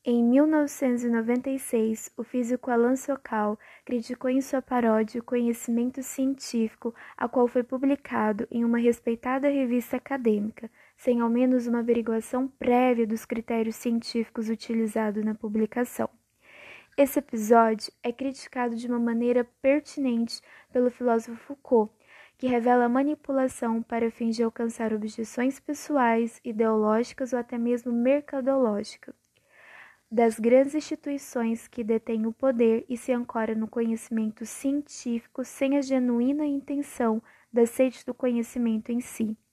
Em 1996, o físico Alan Sokal criticou em sua paródia o conhecimento científico, a qual foi publicado em uma respeitada revista acadêmica, sem ao menos uma averiguação prévia dos critérios científicos utilizados na publicação. Esse episódio é criticado de uma maneira pertinente pelo filósofo Foucault, que revela a manipulação para fins de alcançar objeções pessoais, ideológicas ou até mesmo mercadológicas das grandes instituições que detêm o poder e se ancora no conhecimento científico sem a genuína intenção da sede do conhecimento em si.